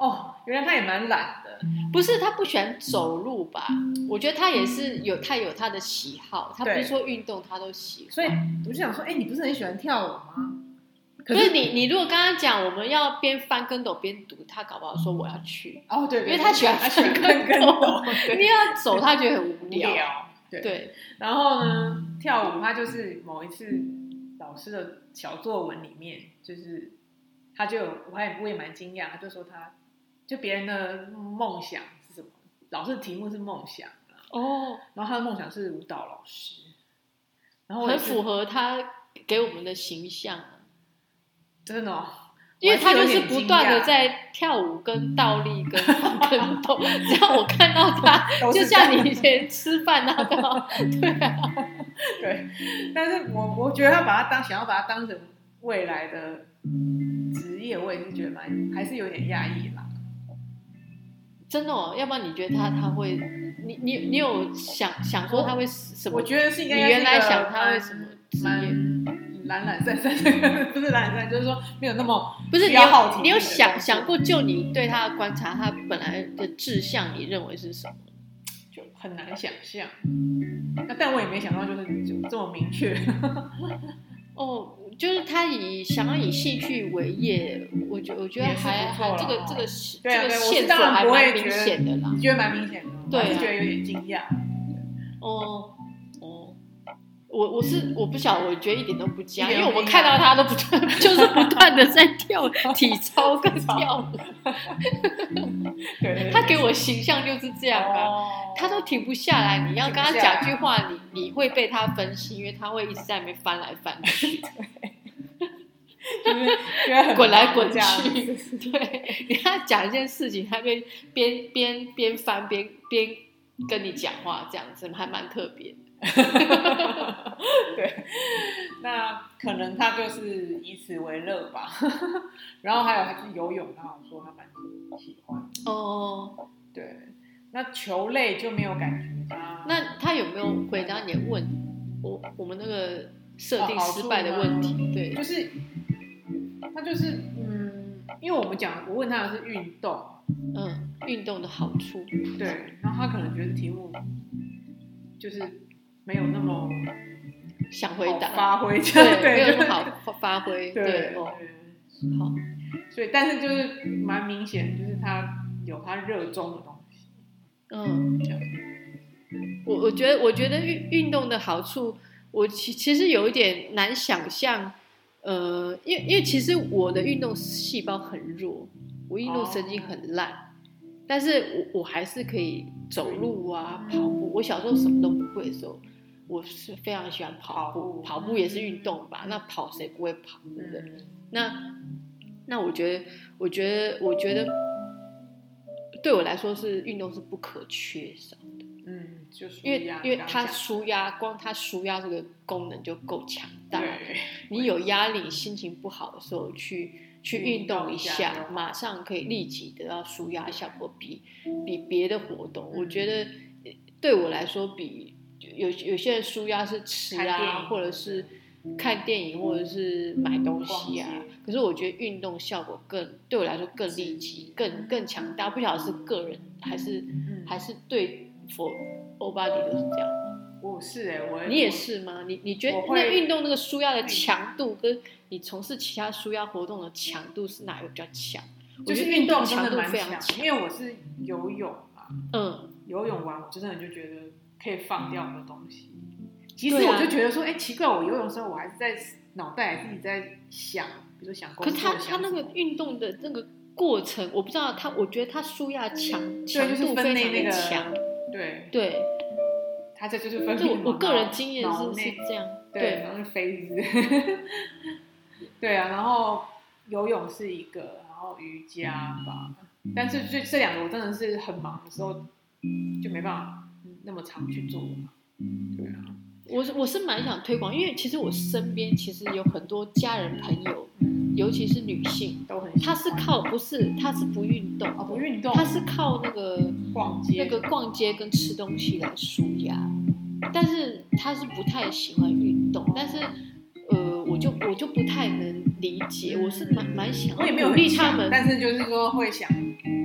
原来他也蛮懒的。 不是他不喜欢走路吧？我觉得他也是有他有他的喜好，他不是说运动他都喜欢。 所以我就想说，哎、欸，你不是很喜欢跳舞吗？ 可是你你如果跟他讲我们要边翻跟斗边读，他搞不好说我要去。 哦，对， 因为他喜欢翻跟斗，你要走他觉得很无聊。 无聊对, 对， 然后呢，跳舞他就是某一次老师的小作文里面，就是他就我还我也蛮惊讶，他就说他就别人的梦想是什么？老师的题目是梦想哦， 然后他的梦想是舞蹈老师，然后很符合他给我们的形象啊， 真的、哦。 因为他就是不断的在跳舞跟倒立跟翻跟斗，只要我看到他，就像你以前吃饭那个，对啊， 对。但是我我觉得他把他当想要把他当成未来的职业，我也是觉得蛮还是有点讶异啦。 真的哦，要不然你觉得他他会，你你你有想想说他会什么？ 我觉得是应该你原来想他会什么职业？ 懒懒散散，不是懒懒散，就是说没有那么不是需要耗体力的。 你有你有想想过，就你对他的观察，他本来的志向，你认为是什么？ 就很难想象。那但我也没想到，就是就这么明确。 哦，就是他以想要以兴趣为业，我觉我觉得还还这个这个对啊、 这个线索还蛮明显的啦。 你觉得蛮明显的？ 对、啊， 我是觉得有点惊讶。 哦哦。我我是我不晓得，我觉得一点都不僵，因为我们看到他都不断，就是不断的在跳体操跟跳舞。 对, 对, 对， 他给我形象就是这样啊， 哦、 他都停不下来。你要跟他讲句话，你你会被他分析，因为他会一直在那边翻来翻去， 就是觉得滚来滚去。对，你跟他讲一件事情，他边边边边翻边边跟你讲话，这样子还蛮特别的。 对，那可能他就是以此为乐吧。然后还有他去游泳，他好像说他蛮喜欢。 哦， 对，那球类就没有感觉他。 那他有没有回答你的问我我们那个设定失败的问题？哦、对， 就是他就是嗯，因为我们讲我问他的是运动， 嗯，运动的好处。 对，然后他可能觉得题目就是没有那么想回答发挥， 对，没有那么好发挥，对, 对哦，好， 所以但是就是蛮明显，就是他有他热衷的东西， 嗯，这样。我我觉得我觉得运运动的好处，我其其实有一点难想象，呃，因为因为其实我的运动细胞很弱，我运动神经很烂，哦、但是我我还是可以走路啊、跑步。我小时候什么都不会的时候，我是非常喜欢跑步，跑步也是运动吧？那跑谁不会跑，对不对？嗯、那那我觉得，我觉得，我觉得，对我来说是运动是不可缺少的。 嗯，就是因为因为它舒压，光它舒压这个功能就够强大。你有压力、心情不好的时候去去运动一下，马上可以立即得到舒压效果，比比别的活动，我觉得对我来说比。有有些人舒压是吃啊，或者是看电影，或者是买东西啊。可是我觉得运动效果更对我来说更立即、更更强大。不晓得是个人还是、嗯、还是对 for all body 都是这样。 我是哎、欸，我你也是吗？你你觉得那运动那个舒压的强度，跟你从事其他舒压活动的强度是哪一个比较强？ 就是运动强度非常强，因为我是游泳嘛， 嗯， 游泳完我真的就觉得。可以放掉的东西，其实我就觉得说，哎、啊，奇怪，我游泳的时候，我还是在脑袋自己在想，比如说想工作。 可是他他那个运动的那个过程，我不知道他，我觉得他舒压强强度非常的强， 对对， 他这就是分泌我我个人经验是是这样， 对，然后是飞子，对啊，然后游泳是一个，然后瑜伽吧，但是这这两个我真的是很忙的时候就没办法。那么常去做嘛？对啊， 我是我是蛮想推广，因为其实我身边其实有很多家人朋友，尤其是女性， 都很她是靠不是她是不运动， 哦不运动， 她是靠那个逛街那个逛街跟吃东西来舒压，但是她是不太喜欢运动，但是呃我就我就不太能理解，我是蛮蛮想我也没有鼓励他们， 但是就是说会想。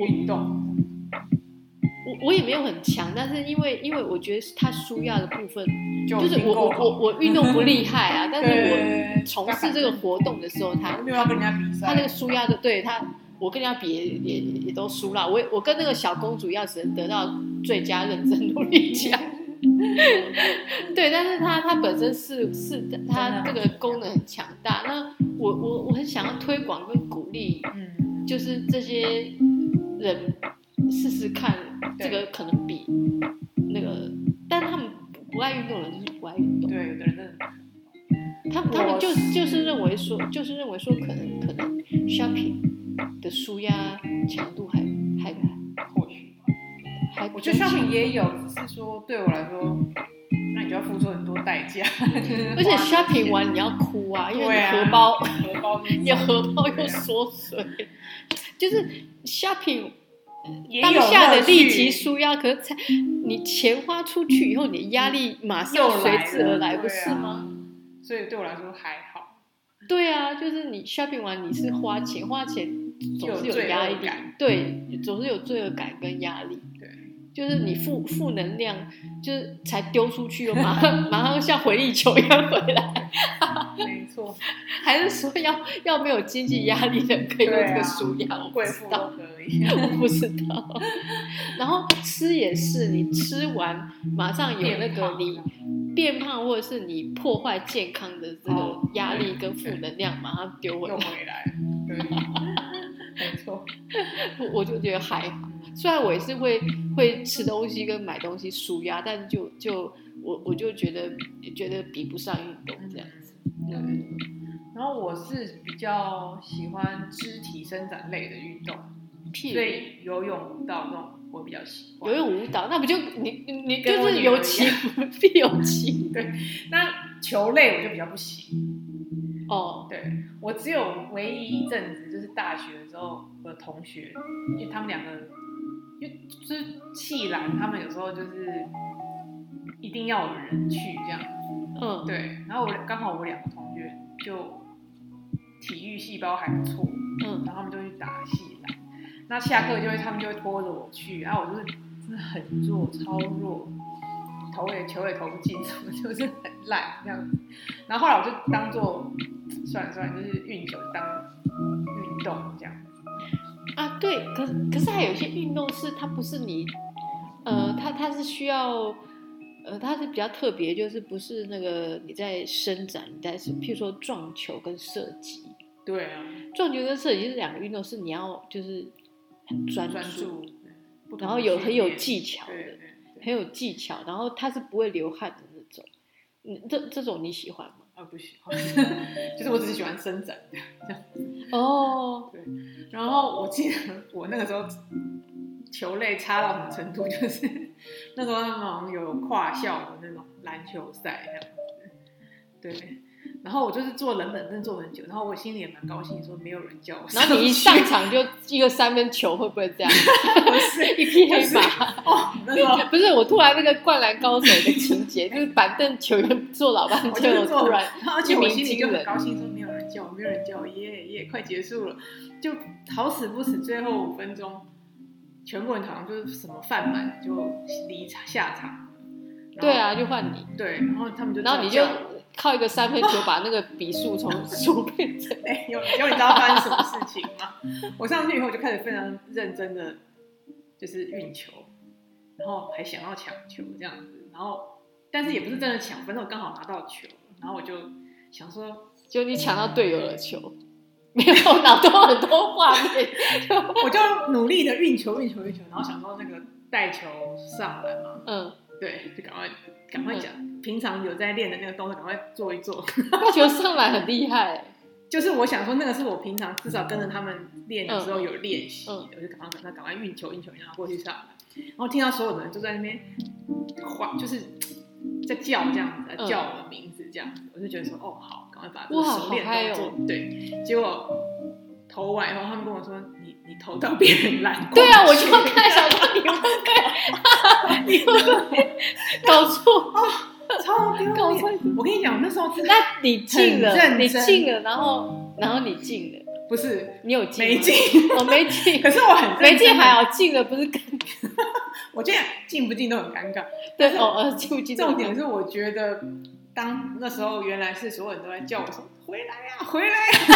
运动。 我我也没有很强，但是因为因为我觉得他舒压的部分， 就就是我我我我运动不厉害啊，但是我从事这个活动的时候，他没有要跟人家比赛， 他那个舒压的，对他，我跟人家比也也也都输了。我我跟那个小公主要只能得到最佳认真努力奖。对，但是他他本身是是他这个功能很强大。那我我我很想要推广跟鼓励，嗯，就是这些人试试看，这个可能比那个，但他们不爱运动的人就是不爱运动。 对，有的人真的， 他他们就就是认为说，就是认为说，可能可能 shopping 的舒压强度还还或许还， 我觉得 shopping 也有，只是说对我来说，那你就要付出很多代价。 而且 shopping 完你要哭啊，因为你荷包荷包你荷包又缩水，就是 shopping。当下的立即舒压，可是你钱花出去以后，你的压力马上随之而来，不是吗？ 所以对我来说还好。 对啊，就是你 shopping 完，你是花钱，花钱总是有压力，对，总是有罪恶感跟压力。 对， 就是你负负能量，就是才丢出去，又马上马上像回力球一样回来。 没错， 还是说要要没有经济压力的人可以用这个舒压？我不知道，我不知道。然后吃也是，你吃完马上有那个你变胖或者是你破坏健康的这个压力跟负能量，马上丢回来。 回来，对，没错。 我就觉得还好，虽然我也是会会吃东西跟买东西舒压，但就就我我就觉得觉得比不上运动这样子。 嗯，然后我是比较喜欢肢体伸展类的运动，所以游泳、舞蹈这种我比较喜欢。 游泳、舞蹈，那不就你你就是有其必有其。 对，那球类我就比较不行。 哦， 对，我只有唯一一阵子就是大学的时候，我的同学，因为他们两个，因为就是系篮，他们有时候就是一定要有人去这样。嗯，对，然后我刚好我两个同学就体育细胞还不错，嗯，然后他们就去打系篮，那下课就会他们就会拖着我去，然后我就是真的很弱，超弱，投也球也投不进，什么就是很烂这样子。然后后来我就当做算了算了，就是运球当运动这样子。 啊，对，可是可是还有一些运动是它不是你，呃，它它是需要。呃，它是比较特别，就是不是那个你在伸展，你在是，譬如说撞球跟射击。 对啊， 撞球跟射击是两个运动，是你要就是很专注， 专注然后有很有技巧的， 对对对很有技巧，然后它是不会流汗的那种。嗯，这这种你喜欢吗？ 啊，不喜欢，就是我只是喜欢伸展这样子。 哦， 对，然后我记得我那个时候球类差到什么程度，就是那时候他们好像有跨校的那种篮球赛这样子，对。然后我就是坐冷冷正坐很久，然后我心里也蛮高兴，说没有人叫我上去。 然后你一上场就一个三分球，会不会这样？ 不是一匹黑马、 就是、哦，那时候不是我突然那个灌篮高手的情节，就是板凳球员坐老半天，我突然， 而且我心里就很高兴，说没有人叫我，没有人叫我，耶耶，快结束了，就好死不死，最后五分钟，全部人好像就是什么饭满就离场下场。 对啊，就换你。 对，然后他们就， 然后你就靠一个三分球把那个比数从数变成。 哎，有有你知道发生什么事情吗？我上去以后我就开始非常认真的，就是运球，然后还想要抢球这样子，然后但是也不是真的抢，反正我刚好拿到球，然后我就想说， 就你抢到队友的球，没有脑中很多画面， 我就努力的运球运球运球，然后想说那个带球上来嘛，嗯。对，就赶快赶快讲、嗯，平常有在练的那个动作，赶快做一做。 我觉得上来很厉害， 就是我想说，那个是我平常至少跟着他们练的时候有练习、嗯嗯，我就赶快赶快赶快运球运球，然后过去上来。然后听到所有的人就在那边哗，就是在叫这样子，叫我的名字这样子，我就觉得说，哦，好，赶快把这个熟练动作、哦、对。结果投完以后，他们跟我说：“你你投到别人篮筐。” 对啊，我就看想说你会不会，你会不会搞错哦，超丢脸！我跟你讲，那时候真的那你进了，你进了，然后然后你进了， 不是你有进吗？ 没进， 我、哦、没进。 可是我很没进还好，进了不是尴尬。 我觉得进不进都很尴尬。 对哦，呃，进不进？ 重点是我觉得，当那时候原来是所有人都在叫我说回来呀、啊，回来呀、啊。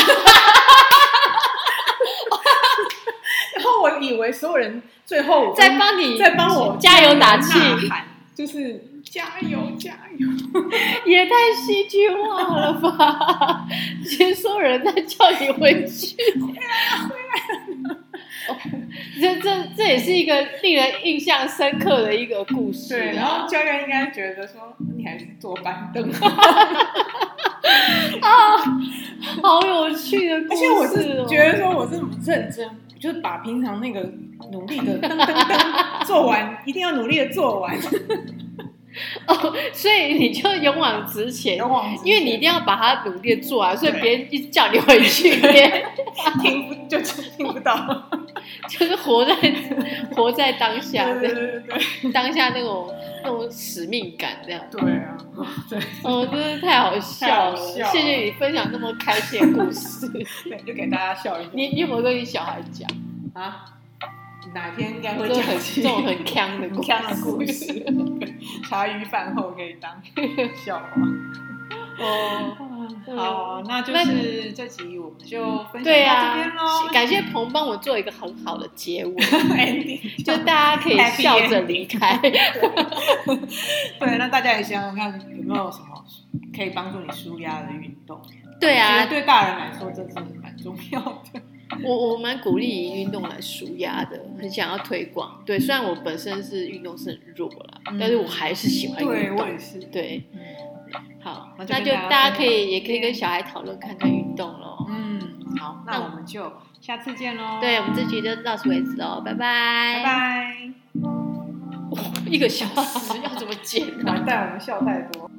然后我以为所有人最后在帮你， 在帮我加油打气， 喊就是加油加油， 也太戏剧化了吧！其实所有人在叫你回去， 回来了回来了。 哦、这这这也是一个令人印象深刻的一个故事、啊。 对，然后教练应该觉得说你还是坐板凳。 啊，好有趣的故事、哦！ 而且我是觉得说我是认真，就是把平常那个努力的噔噔噔做完，一定要努力的做完。 哦，所以你就勇往直前， 勇往直前， 因为你一定要把它努力的做完，所以别人一直叫你回去， 听不就听不到， 就是活在活在当下， 对对对对， 当下那种那种使命感这样。 对啊，对， 哦，真是太好笑了！ 笑了谢谢你分享那么开心的故事， 对，就给大家笑一下。 你你有没有跟你小孩讲啊？哪天应该会讲很这种很鏘的故事，茶余饭后可以当笑话。 哦， 好，那就是这集我们就分享到对啊这边咯。 感谢彭帮我做一个很好的结尾 ending， 就大家可以笑着离开。 对，那大家也想想看有没有什么可以帮助你舒压的运动？ 对啊， 其实对大人来说这真的蛮重要的。 我我蛮鼓励以运动来舒压的，很想要推广。对，虽然我本身是运动是很弱啦，嗯、但是我还是喜欢运动。 对，我也是。 对，嗯、好，那就那就大家可以也可以跟小孩讨论看看运动咯。 嗯，好，那我们就下次见咯。 对，我们这集就到此为止咯，拜拜。 拜拜。 哦、一个小时要怎么剪、啊？ 完蛋，我们笑太多。